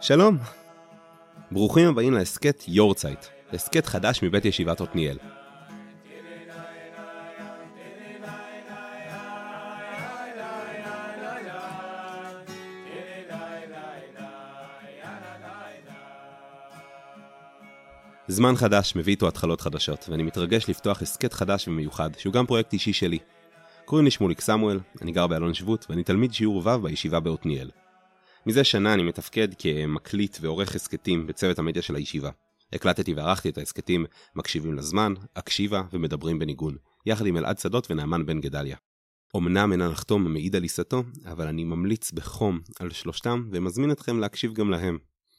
שלום, ברוכים הבאים להסקט יורצייט, הסקט חדש מבית ישיבת עתניאל. זמן חדש מביא איתו התחלות חדשות, ואני מתרגש לפתוח הסקט חדש ומיוחד, שהוא גם פרויקט אישי שלי. קוראים לי שמוליק סמואל, אני גר באלון שבות, ואני תלמיד שיעור ו' בישיבה בעתניאל. מזה שנה אני מתפקד כמקליט ועורך הסקטים בצוות המדיה של הישיבה. הקלטתי וערכתי את ההסקטים מקשיבים לזמן, הקשיבה ומדברים בניגון, יחד עם אלעד שדות ונעמן בן גדליה. אמנם אינה לחתום מעיד על עיסתו, אבל אני ממליץ בחום על שלושתם ומזמין אתכם להקשיב גם להם.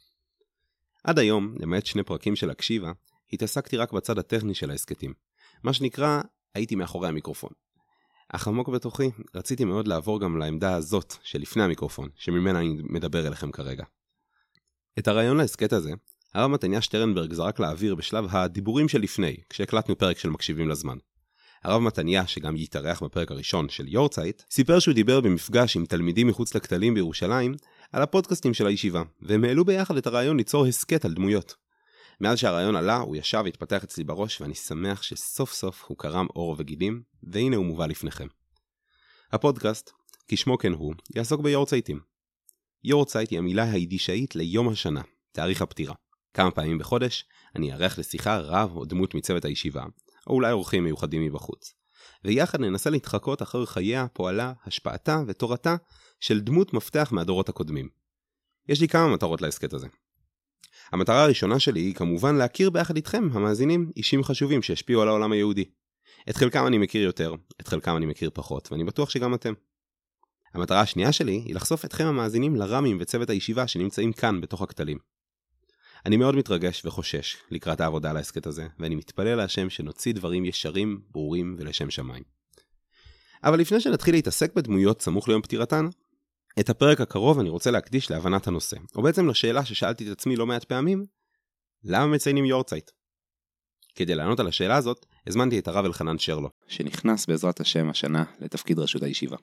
עד היום, למעט 2 פרקים של הקשיבה, התעסקתי רק בצד הטכני של ההסקטים. מה שנקרא, הייתי מאחורי המיקרופון. אך עמוק בתוכי, רציתי מאוד לעבור גם לעמדה הזאת שלפני המיקרופון, שממנה אני מדבר אליכם כרגע. את הרעיון להסקט הזה, הרב מתניה שטרנברג זרק לאוויר בשלב הדיבורים שלפני, כשהקלטנו פרק של מקשיבים לזמן. הרב מתניה, שגם יתארח בפרק הראשון של יורצייט, סיפר שהוא דיבר במפגש עם תלמידים מחוץ לכתלים בירושלים, על הפודקאסטים של הישיבה, והם העלו ביחד את הרעיון ליצור הסקט על דמויות. מאז שהרעיון עלה, הוא ישב והתפתח אצלי בראש, ואני שמח שסוף סוף הוא קרם אור וגידים, והנה הוא מובא לפניכם. הפודקאסט, כשמו כן הוא, יעסוק ביורצייטים. יורצייט היא המילה היידישאית ליום השנה, תאריך הפטירה. כמה פעמים בחודש, אני אארח לשיחה רב או דמות מצוות הישיבה, או אולי אורחים מיוחדים מבחוץ. ויחד ננסה להתחקות אחר חייה, פועלה, השפעתה ותורתה של דמות מפתח מהדורות הקודמים. יש לי כמה מטרות להסקט הזה. המטרה הראשונה שלי היא כמובן להכיר ביחד איתכם, המאזינים, אישים חשובים שהשפיעו על העולם היהודי. את חלקם אני מכיר יותר, את חלקם אני מכיר פחות, ואני בטוח שגם אתם. המטרה השנייה שלי היא לחשוף אתכם המאזינים לרמים וצוות הישיבה שנמצאים כאן בתוך הכתלים. אני מאוד מתרגש וחושש לקראת העבודה על ההסקט הזה, ואני מתפלל להשם שנוציא דברים ישרים, ברורים ולשם שמיים. אבל לפני שנתחיל להתעסק בדמויות סמוך ליום פטירתן, את הפרק הקרוב אני רוצה להקדיש להבנת הנושא, או בעצם לשאלה ששאלתי את עצמי לא מעט פעמים, למה מציינים יורצייט? כדי לענות על השאלה הזאת, הזמנתי את הרב אלחנן שרלו, שנכנס בעזרת השם השנה לתפקיד רשות הישיבה.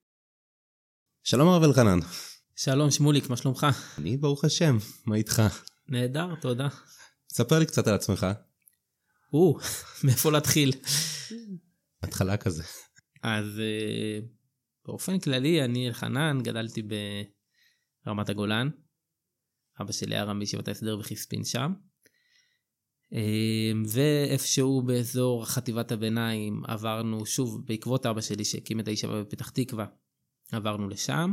שלום הרב אלחנן. שלום שמוליק, מה שלומך? אני ברוך השם, מה איתך? נהדר, תודה. ספר לי קצת על עצמך. מאיפה להתחיל? התחלה כזה. אז באופן כללי, אני אלחנן, גדלתי ברמת הגולן. אבא שלי היה רם בישיבת ההסדר בחיספין שם. ואיפשהו באזור חטיבת הביניים עברנו, שוב, בעקבות אבא שלי שהקים את הישיבה בפתח תקווה, עברנו לשם.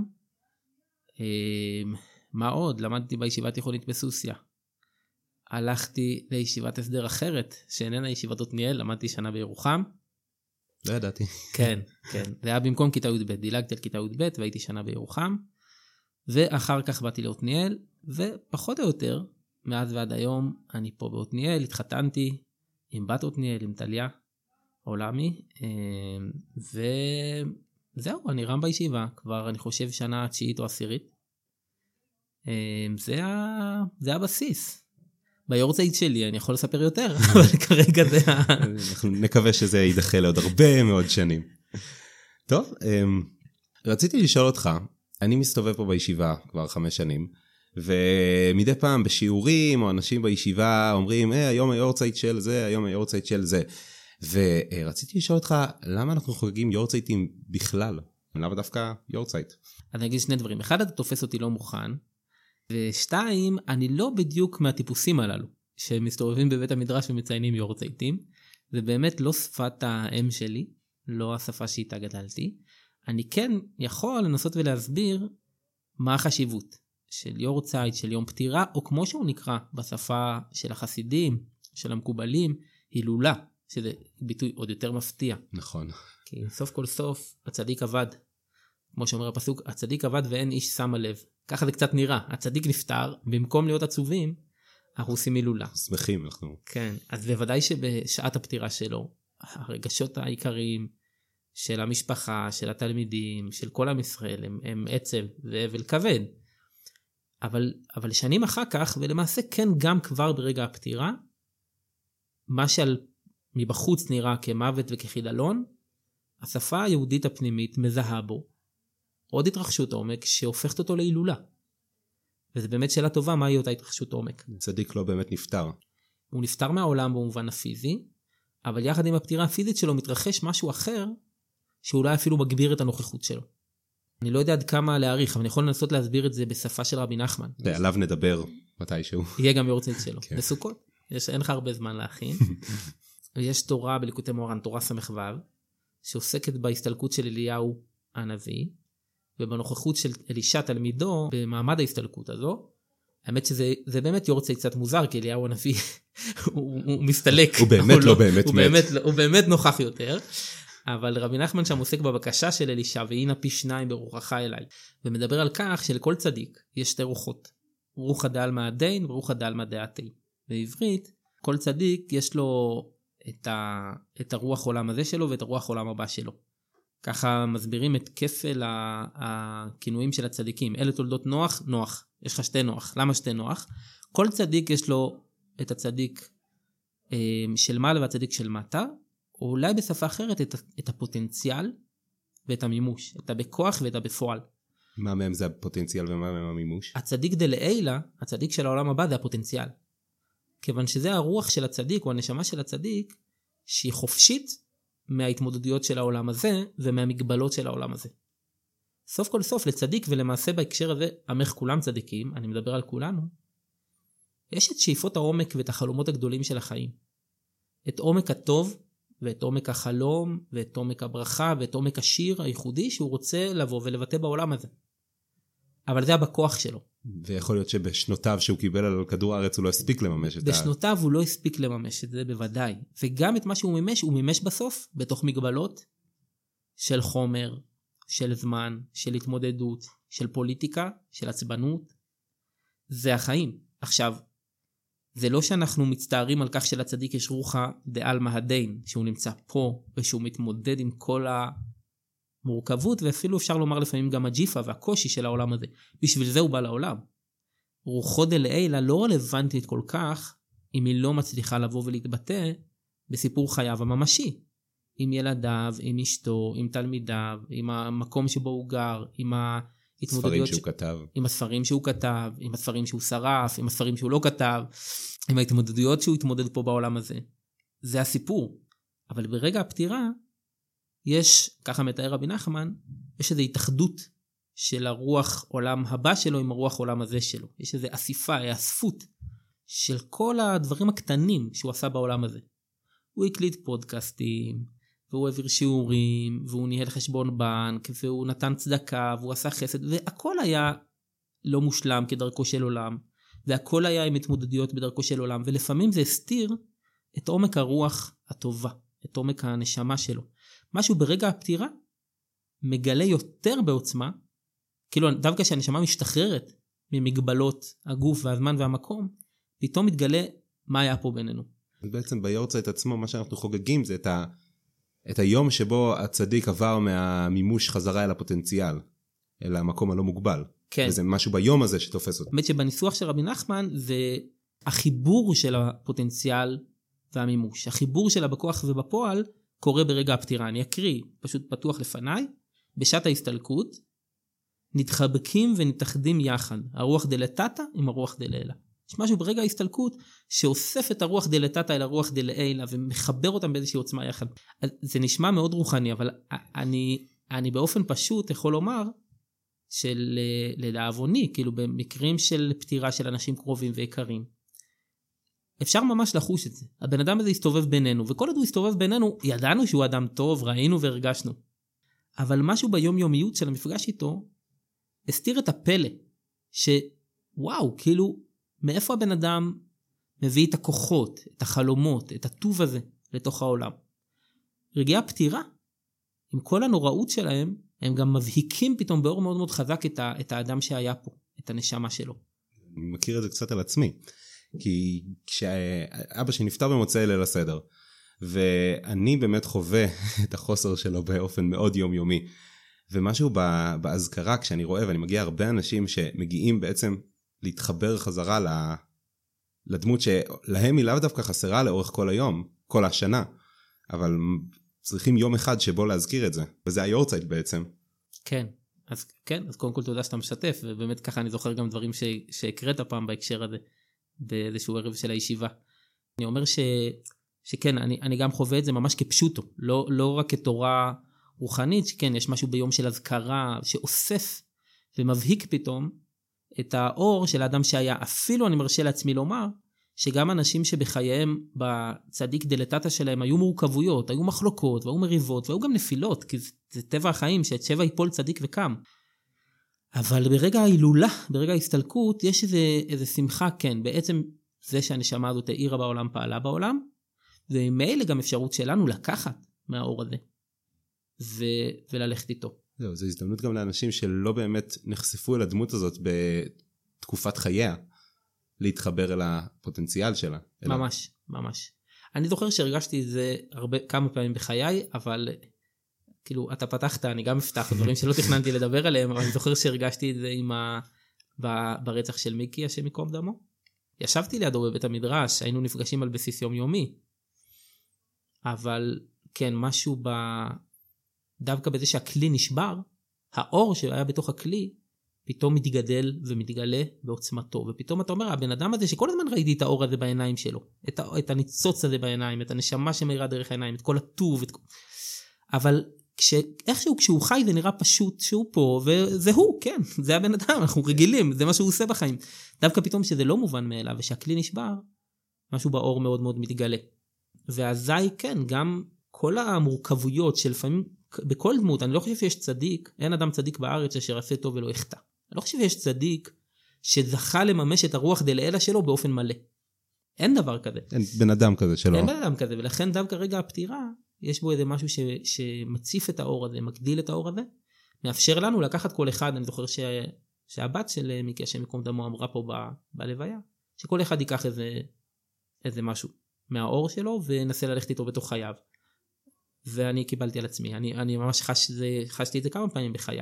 מה עוד? למדתי בישיבה תיכונית בסוסיה. הלכתי לישיבת הסדר אחרת, שאיננה ישיבת עתניאל, למדתי שנה בירוחם. לא ידעתי. כן. זה היה במקום כיתה י"ב, דילגתי על כיתה י"ב והייתי שנה בירוחם, ואחר כך באתי לעתניאל, ופחות או יותר, מאז ועד היום, אני פה בעתניאל, התחתנתי עם בת עתניאל, עם טליה עולמי, וזהו, אני רם בישיבה, כבר אני חושב שנה 9 או 10. זה הבסיס. ביורצייט שלי אני יכול לספר יותר, אבל כרגע זה אנחנו נקווה שזה יידחה לעוד הרבה מאוד שנים. טוב, רציתי לשאול אותך, אני מסתובב פה בישיבה כבר 5 שנים, ומדי פעם בשיעורים או אנשים בישיבה אומרים, היום היורצייט של זה, היום היורצייט של זה. ורציתי לשאול אותך, למה אנחנו חוגגים יורצייטים בכלל? למה דווקא יורצייט? אני אגיד 2 דברים. 1, אתה תופס אותי לא מוכן. ו2, אני לא בדיוק מהטיפוסים הללו, שמסתובבים בבית המדרש ומציינים יורצייטים. זה באמת לא שפת האם שלי, לא השפה שאיתה גדלתי. אני כן יכול לנסות ולהסביר מה החשיבות של יורצייט, של יום פטירה, או כמו שהוא נקרא בשפה של החסידים, של המקובלים, הילולה, שזה ביטוי עוד יותר מפתיע. נכון. כי סוף כל סוף הצדיק עבד. כמו שאומר הפסוק, הצדיק עבד ואין איש שם לב. ככה זה קצת נראה. הצדיק נפטר, במקום להיות עצובים, אנחנו עושים הילולה. שמחים אנחנו. כן, אז בוודאי שבשעת הפטירה שלו, הרגשות העיקריים של המשפחה, של התלמידים, של כל עם ישראל, הם עצב ואבל כבד. אבל שנים אחר כך, ולמעשה כן גם כבר ברגע הפטירה, מה שעל מבחוץ נראה כמוות וכחיללון, השפה היהודית הפנימית מזהה בו עוד התרחשות עומק שהופכת אותו להילולה. וזו באמת שאלה טובה, מהי אותה התרחשות עומק. צדיק לא באמת נפטר. הוא נפטר מהעולם במובן הפיזי, אבל יחד עם הפטירה הפיזית שלו מתרחש משהו אחר, שאולי אפילו מגביר את הנוכחות שלו. אני לא יודע עד כמה להעריך, אבל אני יכול לנסות להסביר את זה בשפה של רבי נחמן. ועליו נדבר מתישהו. יהיה גם יורצייט שלו. בסוכות. אין לך הרבה זמן להכין. ויש תורה בליקוטי מוהר"ן, תורה ס"ו, שעוסקת בהסתלקות של אליהו הנביא, ובנוכחות של אלישע תלמידו, במעמד ההסתלקות הזו. האמת שזה באמת יורצייט קצת מוזר, כי אליהו הנביא הוא מסתלק. הוא באמת לא באמת מת. הוא באמת נוכח יותר. אבל רבי נחמן שם עוסק בבקשה של אלישע, והנה פי 2 ברוחך אליי. ומדבר על כך שלכל צדיק יש 2 רוחות. רוחא דעלמא הדין ורוחא דעלמא דעתי. בעברית, כל צדיק יש לו את הרוח עולם הזה שלו ואת הרוח עולם הבא שלו. ככה מסבירים את כפל הכינויים של הצדיקים. אלה תולדות נוח, נוח. יש לך 2 נוח. למה 2 נוח? כל צדיק יש לו את הצדיק של מעלה והצדיק של מטה, או אולי בשפה אחרת את הפוטנציאל ואת המימוש. את הבכוח ואת הבפועל. מה מהם זה הפוטנציאל ומה מהם המימוש? הצדיק דלעילה, הצדיק של העולם הבא, זה הפוטנציאל. כיוון שזה הרוח של הצדיק, או הנשמה של הצדיק, שהיא חופשית מההתמודדויות של העולם הזה, ומהמגבלות של העולם הזה. סוף כל סוף לצדיק, ולמעשה בהקשר הזה, עמך כולם צדיקים, אני מדבר על כולנו, יש את שאיפות העומק ואת החלומות הגדולים של החיים. את עומק הטוב, ואת עומק החלום, ואת עומק הברכה, ואת עומק השיר הייחודי, שהוא רוצה לבוא ולבטא בעולם הזה. אבל זה בכוח שלו. ויכול להיות שבשנותיו שהוא קיבל על כדור הארץ הוא לא הספיק לממש את בשנותיו הוא לא הספיק לממש את זה בוודאי. וגם את מה שהוא מימש, הוא מימש בסוף, בתוך מגבלות של חומר, של זמן, של התמודדות, של פוליטיקה, של עצבנות. זה החיים. עכשיו, זה לא שאנחנו מצטערים על כך שלצדיק יש רוחא דעלמא הדין, שהוא נמצא פה ושהוא מתמודד עם כל המורכבות, ואפילו אפשר לומר לפעמים גם הג'יפה והקושי של העולם הזה. בשביל זה הוא בא לעולם. רוחו דלעילה לא רלוונטית כל כך, אם היא לא מצליחה לבוא ולהתבטא בסיפור חייו הממשי. עם ילדיו, עם אשתו, עם תלמידיו, עם המקום שבו הוא גר, עם ההתמודדויות שהוא כתב. עם הספרים שהוא כתב, עם הספרים שהוא שרף, עם הספרים שהוא לא כתב, עם ההתמודדויות שהוא התמודד פה בעולם הזה. זה הסיפור. אבל ברגע הפטירה, יש, ככה מתאר רבי נחמן, יש איזו התאחדות של הרוח עולם הבא שלו עם הרוח עולם הזה שלו. יש איזו אסיפה, אספות של כל הדברים הקטנים שהוא עשה בעולם הזה. הוא הקליט פודקאסטים, והוא העביר שיעורים, והוא ניהל חשבון בנק, והוא נתן צדקה, והוא עשה חסד, והכל היה לא מושלם כדרכו של עולם, והכל היה עם התמודדויות בדרכו של עולם, ולפעמים זה הסתיר את עומק הרוח הטובה, את עומק הנשמה שלו. משהו ברגע הפטירה מגלה יותר בעוצמה, כאילו דווקא שהנשמה משתחררת ממגבלות הגוף והזמן והמקום, פתאום מתגלה מה היה פה בינינו. בעצם ביורצייט עצמו, מה שאנחנו חוגגים זה את היום שבו הצדיק עבר מהמימוש חזרה אל הפוטנציאל, אל המקום הלא מוגבל. כן. וזה משהו ביום הזה שתופס אותו. באמת שבניסוח של רבי נחמן זה החיבור של הפוטנציאל והמימוש. החיבור שלה בכוח ובפועל קורה ברגע הפטירה. אני אקריא, פשוט פתוח לפניי. בשעת ההסתלקות, נתחבקים ונתאחדים יחד. הרוח דלתתא עם הרוח דלעילא. יש משהו ברגע ההסתלקות שאוסף את הרוח דלתתא אל הרוח דלעילא ומחבר אותם באיזושהי עוצמה יחד. זה נשמע מאוד רוחני, אבל אני באופן פשוט יכול לומר שלדאבוני, כאילו במקרים של פטירה של אנשים קרובים ויקרים, אפשר ממש לחוש את זה. הבן אדם הזה הסתובב בינינו, וכל עוד הוא הסתובב בינינו, ידענו שהוא אדם טוב, ראינו והרגשנו. אבל משהו ביומיומיות של המפגש איתו, הסתיר את הפלא, שוואו, כאילו, מאיפה הבן אדם מביא את הכוחות, את החלומות, את הטוב הזה לתוך העולם. רגעי הפטירה, עם כל הנוראות שלהם, הם גם מבהיקים פתאום באור מאוד מאוד חזק את האדם שהיה פה, את הנשמה שלו. אני מכיר את זה קצת על עצמי, כי כשאבא שלי נפטר במוצאי ליל הסדר, ואני באמת חווה את החוסר שלו באופן מאוד יומיומי, ומשהו בהזכרה כשאני רואה, ואני מגיע הרבה אנשים שמגיעים בעצם להתחבר חזרה לדמות שלהם היא לאו דווקא חסרה לאורך כל היום, כל השנה, אבל צריכים יום אחד שבו להזכיר את זה, וזה היורצייט בעצם. כן, אז כן, אז קודם כל תודה שאתה משתף, ובאמת ככה אני זוכר גם דברים שהקראת פעם בהקשר הזה, באיזשהו ערב של הישיבה. אני אומר שכן, אני גם חווה את זה ממש כפשוטו, לא רק כתורה רוחנית, שכן, יש משהו ביום של הזכרה, שאוסף ומבהיק פתאום את האור של האדם שהיה. אפילו אני מרשה לעצמי לומר, שגם אנשים שבחייהם בצדיק דלתתא שלהם היו מורכבויות, היו מחלוקות, והיו מריבות, והיו גם נפילות, כי זה טבע החיים, שאת שבע ייפול צדיק וקם. אבל ברגע ההילולה, ברגע ההסתלקות, יש איזה שמחה, כן, בעצם זה שהנשמה הזאת העירה בעולם, פעלה בעולם, ומאלה גם אפשרות שלנו לקחת מהאור הזה, וללכת איתו. זו הזדמנות גם לאנשים שלא באמת נחשפו אל הדמות הזאת בתקופת חייה, להתחבר אל הפוטנציאל שלה. ממש, ממש. אני זוכר שהרגשתי את זה כמה פעמים בחיי, אבל כאילו אתה פתחת, אני גם אפתח דברים שלא תכננתי לדבר עליהם, אבל אני זוכר שהרגשתי את זה ברצח של מיקי, השם ייקום דמו. ישבתי לידו בבית המדרש, היינו נפגשים על בסיס יומיומי, אבל כן, משהו דווקא בזה שהכלי נשבר, האור שהיה בתוך הכלי, פתאום מתגדל ומתגלה בעוצמתו, ופתאום אתה אומר, הבן אדם הזה שכל הזמן ראיתי את האור הזה בעיניים שלו, את הניצוץ הזה בעיניים, את הנשמה שמאירה דרך העיניים, את כל הטוב, אבל איכשהו כשהוא חי זה נראה פשוט שהוא פה, וזה הוא, כן, זה הבן אדם, אנחנו רגילים, זה מה שהוא עושה בחיים. דווקא פתאום שזה לא מובן מאליו, ושהכלי נשבר, משהו באור מאוד מאוד מתגלה. ואזי כן, גם כל המורכבויות שלפעמים, בכל דמות, אני לא חושב שיש צדיק, אין אדם צדיק בארץ אשר עשה טוב ולא יחטא. אני לא חושב שיש צדיק שזכה לממש את הרוח דלעילא שלו באופן מלא. אין דבר כזה. אין בן אדם כזה שלא. אין בן אדם כזה, ולכן דווקא רגע הפטירה, יש בו איזה משהו שמציף את האור הזה, מגדיל את האור הזה, מאפשר לנו לקחת כל אחד. אני זוכר שהבת של מיקי השם ייקום דמו אמרה פה בלוויה, שכל אחד ייקח איזה משהו מהאור שלו, ונסה ללכת איתו בתוך חייו. ואני קיבלתי על עצמי, אני ממש חשתי את זה כמה פעמים בחיי.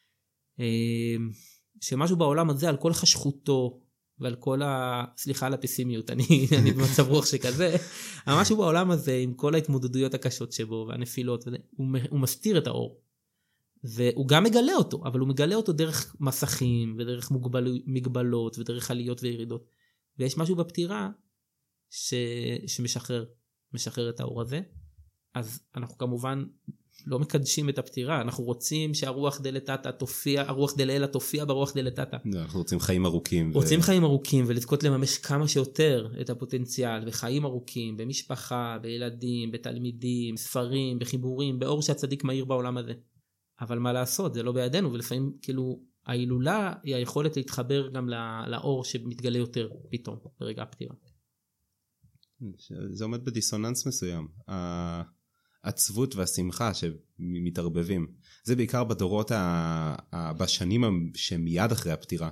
שמשהו בעולם הזה, על כל חשכותו, ועל כל סליחה על הפסימיות, אני במצב רוח שכזה, משהו בעולם הזה, עם כל ההתמודדויות הקשות שבו, והנפילות, הוא מסתיר את האור. והוא גם מגלה אותו, אבל הוא מגלה אותו דרך מסכים, ודרך מגבלות, ודרך עליות וירידות. ויש משהו בפטירה, שמשחרר את האור הזה. אז אנחנו כמובן לא מקדשים את הפטירה, אנחנו רוצים שהרוח דלתתא תופיע, הרוח דלעילא תופיע ברוח דלתתא. אנחנו רוצים חיים ארוכים. רוצים חיים ארוכים ולזכות לממש כמה שיותר את הפוטנציאל, וחיים ארוכים במשפחה, בילדים, בתלמידים, ספרים, בחיבורים, באור שהצדיק מאיר בעולם הזה. אבל מה לעשות, זה לא בידינו, ולפעמים כאילו ההילולה היא היכולת להתחבר גם לאור שמתגלה יותר פתאום ברגע הפטירה. זה עומד בדיסוננס מסוים. העצבות והשמחה שמתערבבים. זה בעיקר בדורות בשנים שמיד אחרי הפטירה.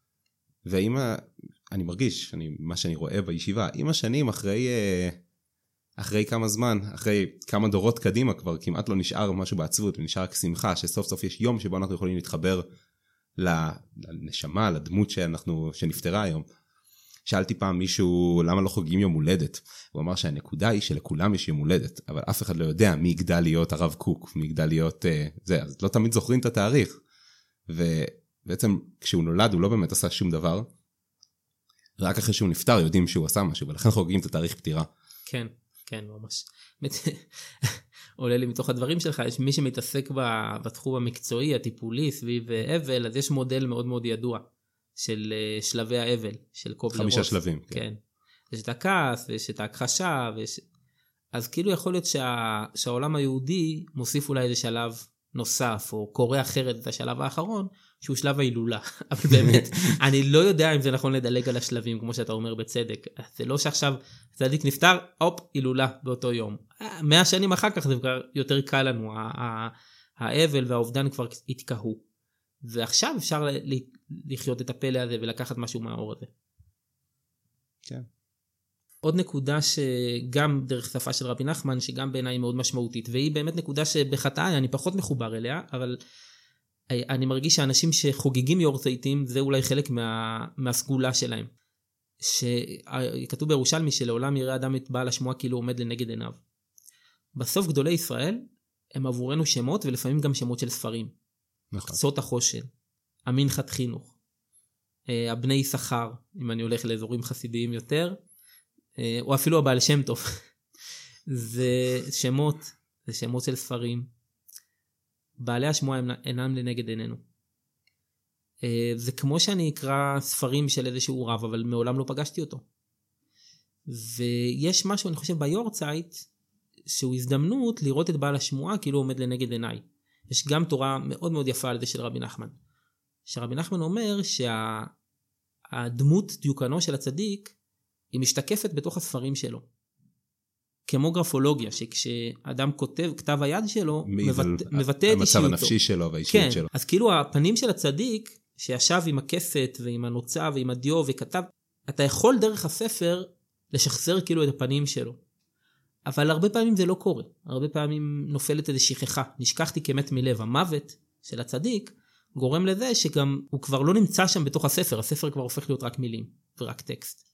אני מרגיש, מה שאני רואה בישיבה, עם השנים אחרי כמה זמן, אחרי כמה דורות קדימה כבר כמעט לא נשאר משהו בעצבות, ונשאר רק שמחה, שסוף סוף יש יום שבו אנחנו יכולים להתחבר לנשמה, לדמות שנפטרה היום. שאלתי פעם מישהו, למה לא חוגגים יום הולדת? הוא אמר שהנקודה היא שלכולם יש יום הולדת, אבל אף אחד לא יודע מי יגדל להיות הרב קוק, מי יגדל להיות זה, אז לא תמיד זוכרים את התאריך. ובעצם כשהוא נולד הוא לא באמת עשה שום דבר, רק אחרי שהוא נפטר יודעים שהוא עשה משהו, ולכן חוגגים את התאריך פטירה. כן, כן, ממש. עולה לי מתוך הדברים שלך, יש מי שמתעסק בתחום המקצועי, הטיפולי, סביב אבל, אז יש מודל מאוד מאוד ידוע. של שלבי האבל, של קובלר רוס. 5 שלבים. כן. יש את הכעס, ויש את ההכחשה, אז כאילו יכול להיות שהעולם היהודי מוסיף אולי איזה שלב נוסף, או קורא אחרת את השלב האחרון, שהוא שלב ההילולה. אבל באמת, אני לא יודע אם זה נכון לדלג על השלבים, כמו שאתה אומר בצדק. זה לא שעכשיו צדיק נפטר, הופ, הילולה באותו יום. 100 שנים אחר כך זה כבר יותר קל לנו, האבל והאובדן כבר התקהו. ועכשיו אפשר לחיות את הפלא הזה ולקחת משהו מהאור הזה. כן. עוד נקודה שגם דרך שפה של רבי נחמן, שגם בעיניי מאוד משמעותית, והיא באמת נקודה שבחטאי אני פחות מחובר אליה, אבל אני מרגיש שאנשים שחוגגים יורצייטים, זה אולי חלק מהסגולה שלהם. שכתוב בירושלמי שלעולם יראה אדם את בעל השמועה כאילו עומד לנגד עיניו. בסוף גדולי ישראל הם עבורנו שמות ולפעמים גם שמות של ספרים. נכון. קצות החושן, המנחת חינוך, הבני שכר, אם אני הולך לאזורים חסידיים יותר, או אפילו הבעל שם טוב. זה שמות של ספרים. בעלי השמועה אינם לנגד עינינו. זה כמו שאני אקרא ספרים של איזשהו רב, אבל מעולם לא פגשתי אותו. ויש משהו, אני חושב, ביורצייט, שהוא הזדמנות לראות את בעל השמועה כאילו עומד לנגד עיניי. יש גם תורה מאוד מאוד יפה על זה של רבי נחמן. שרבי נחמן אומר שהדמות דיוקנו של הצדיק, היא משתקפת בתוך הספרים שלו. כמו גרפולוגיה, שכשאדם כותב, כתב היד שלו, מבטא את אישיותו. המצב הנפשי שלו והאישיות שלו. אז כאילו הפנים של הצדיק, שישב עם הכסת ועם הנוצה ועם הדיו וכתב, אתה יכול דרך הספר לשחזר כאילו את הפנים שלו. אבל הרבה פעמים זה לא קורה. הרבה פעמים נופלת איזו שכחה. נשכחתי כמת מלב. המוות של הצדיק גורם לזה שגם הוא כבר לא נמצא שם בתוך הספר. הספר כבר הופך להיות רק מילים ורק טקסט.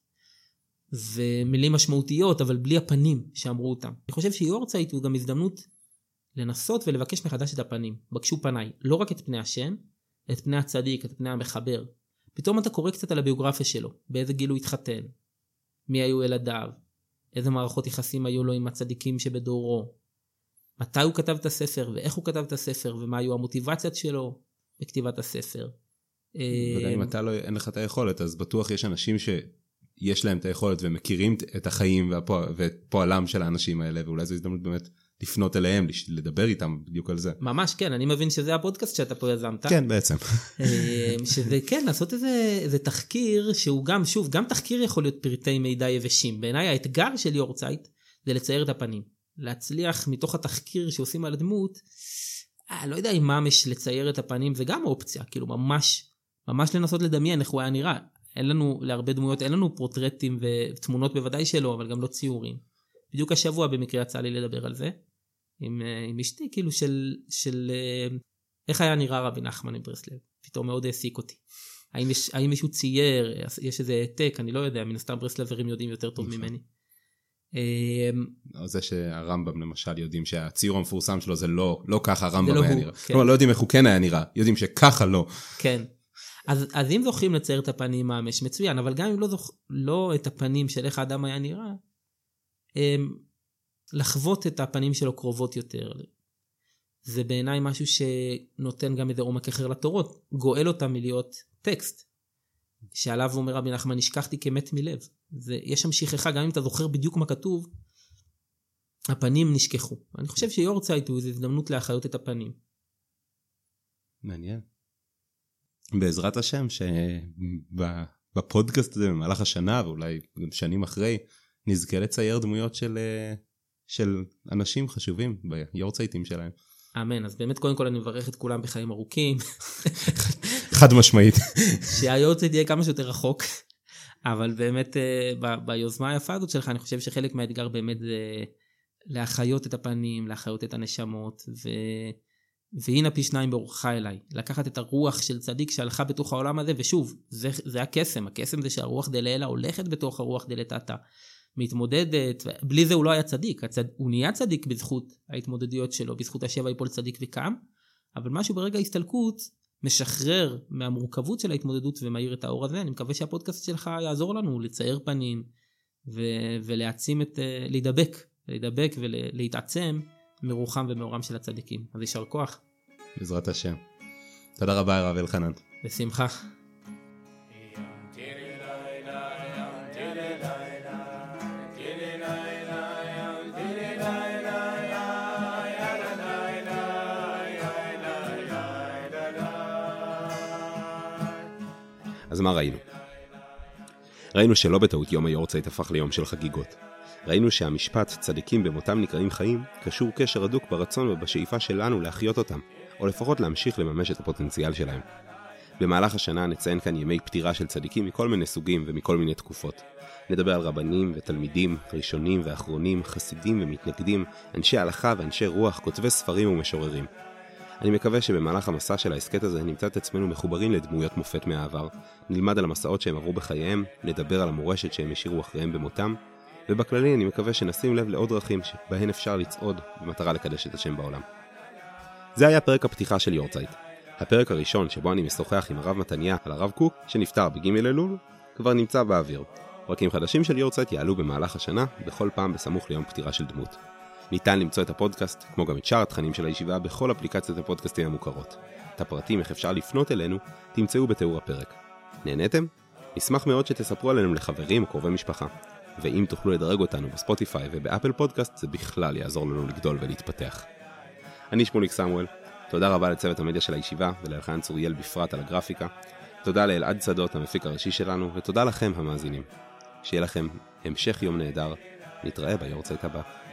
ומילים משמעותיות, אבל בלי הפנים שאמרו אותם. אני חושב שיורצייט הוא גם הזדמנות לנסות ולבקש מחדש את הפנים. בקשו פניי. לא רק את פני השם, את פני הצדיק, את פני המחבר. פתאום אתה קורא קצת על הביוגרפיה שלו. באיזה גיל הוא התחתן. מי היו ילדיו. איזה מערכות יחסים היו לו עם הצדיקים שבדורו. מתי הוא כתב את הספר ואיך הוא כתב את הספר ומה היו המוטיבציות שלו בכתיבת הספר. וגם אם אתה לא, אין לך את היכולת, אז בטוח יש אנשים שיש להם את היכולת ומכירים את החיים ואת פועלם של האנשים האלה, ואולי זו הזדמנות באמת לפנות אליהם, לדבר איתם בדיוק על זה. ממש כן, אני מבין שזה הפודקאסט שאתה פה יזמת. כן, בעצם. שזה כן, לעשות איזה תחקיר שהוא גם, שוב, גם תחקיר יכול להיות פרטי מידע יבשים. בעיניי האתגר של יורצייט זה לצייר את הפנים. להצליח מתוך התחקיר שעושים על הדמות, לא יודע אם ממש לצייר את הפנים זה גם אופציה, כאילו ממש לנסות לדמיין איך הוא היה נראה. אין לנו, להרבה דמויות, אין לנו פורטרטים ותמונות בוודאי שלו, אבל גם לא ציורים. בדיוק השבוע במקרה יצא לי לדבר על זה. עם אשתי, כאילו של איך היה נראה רבי נחמן מברסלב. פתאום מאוד העסיק אותי. האם מישהו צייר, יש איזה העתק, אני לא יודע, מן הסתם ברסלברים יודעים יותר טוב ממני. זה שהרמב"ם למשל יודעים שהציור המפורסם שלו זה לא ככה הרמב"ם היה נראה. כלומר, לא יודעים איך הוא כן היה נראה, יודעים שככה לא. כן. אז אם זוכים לצייר את הפנים ממש מצוין, אבל גם אם לא את הפנים של איך האדם היה נראה, לחוות את הפנים שלו קרובות יותר. זה בעיניי משהו שנותן גם איזה עומק אחר לתורות, גואל אותם מלהיות טקסט, שעליו אומר רבי נחמן, נשכחתי כמת מלב. יש שם שכחה, גם אם אתה זוכר בדיוק מה כתוב, הפנים נשכחו. אני חושב שיורצייט הוא איזו הזדמנות להחיות את הפנים. מעניין. בעזרת השם, שבפודקאסט הזה, במהלך השנה, ואולי שנים אחרי, נזכה לצייר דמויות של אנשים חשובים ביורצייטים שלהם. אמן. אז באמת קודם כל אני מברך את כולם בחיים ארוכים. חד משמעית. שהיורצייט יהיה כמה שיותר רחוק. אבל באמת ביוזמה היפה הזאת שלך, אני חושב שחלק מהאתגר באמת זה להחיות את הפנים, להחיות את הנשמות, והנה פי שניים ברוחך אליי. לקחת את הרוח של צדיק שהלכה בתוך העולם הזה, ושוב, זה הקסם. הקסם זה שהרוח דלעילה הולכת בתוך הרוח דלתתה. מתמודדת, בלי זה הוא לא היה צדיק, הוא נהיה צדיק בזכות ההתמודדויות שלו, בזכות השבע יפול צדיק וקם, אבל משהו ברגע ההסתלקות משחרר מהמורכבות של ההתמודדות ומאיר את האור הזה. אני מקווה שהפודקאסט שלך יעזור לנו לצייר פנים ולהעצים להידבק ולהתעצם מרוחם ומאורם של הצדיקים. אז יישר כוח. בעזרת השם. תודה רבה הרב אלחנן. בשמחה. אז מה ראינו? ראינו שלא בטעות יום היורצייט הפך ליום של חגיגות. ראינו שהמשפט צדיקים במותם נקראים חיים קשור קשר הדוק ברצון ובשאיפה שלנו להחיות אותם, או לפחות להמשיך לממש את הפוטנציאל שלהם. במהלך השנה נציין כאן ימי פטירה של צדיקים מכל מיני סוגים ומכל מיני תקופות. נדבר על רבנים ותלמידים, ראשונים ואחרונים, חסידים ומתנגדים, אנשי הלכה ואנשי רוח, כותבי ספרים ומשוררים. אני מקווה שבמהלך המסע של העסקת הזה נמצא את עצמנו מחוברים לדמויות מופת מהעבר, נלמד על המסעות שהם עברו בחייהם, נדבר על המורשת שהם השאירו אחריהם במותם, ובכללי אני מקווה שנשים לב לעוד דרכים שבהן אפשר לצעוד במטרה לקדש את השם בעולם. זה היה פרק הפתיחה של יורצייט. הפרק הראשון שבו אני משוחח עם הרב מתניה על הרב קוק שנפטר בג' אלול כבר נמצא באוויר. פרקים חדשים של יורצייט יעלו במהלך השנה, בכל פעם בסמוך ליום פטירה של דמות. ניתן למצוא את הפודקאסט, כמו גם את שאר התכנים של הישיבה, בכל אפליקציות הפודקאסטים המוכרות. את הפרטים איך אפשר לפנות אלינו תמצאו בתיאור הפרק. נהניתם? נשמח מאוד שתספרו עלינו לחברים או קרובי משפחה. ואם תוכלו לדרג אותנו בספוטיפיי ובאפל פודקאסט, זה בכלל יעזור לנו לגדול ולהתפתח. אני שמוליק סמואל, תודה רבה לצוות המדיה של הישיבה ולאלחנן צוריאל בפרט על הגרפיקה. תודה לאלעד צדות המפיק הראשי שלנו, ותודה לכם המאזינים. שיהיה לכם המשך יום נהדר, נתראה ביורצייט הבא.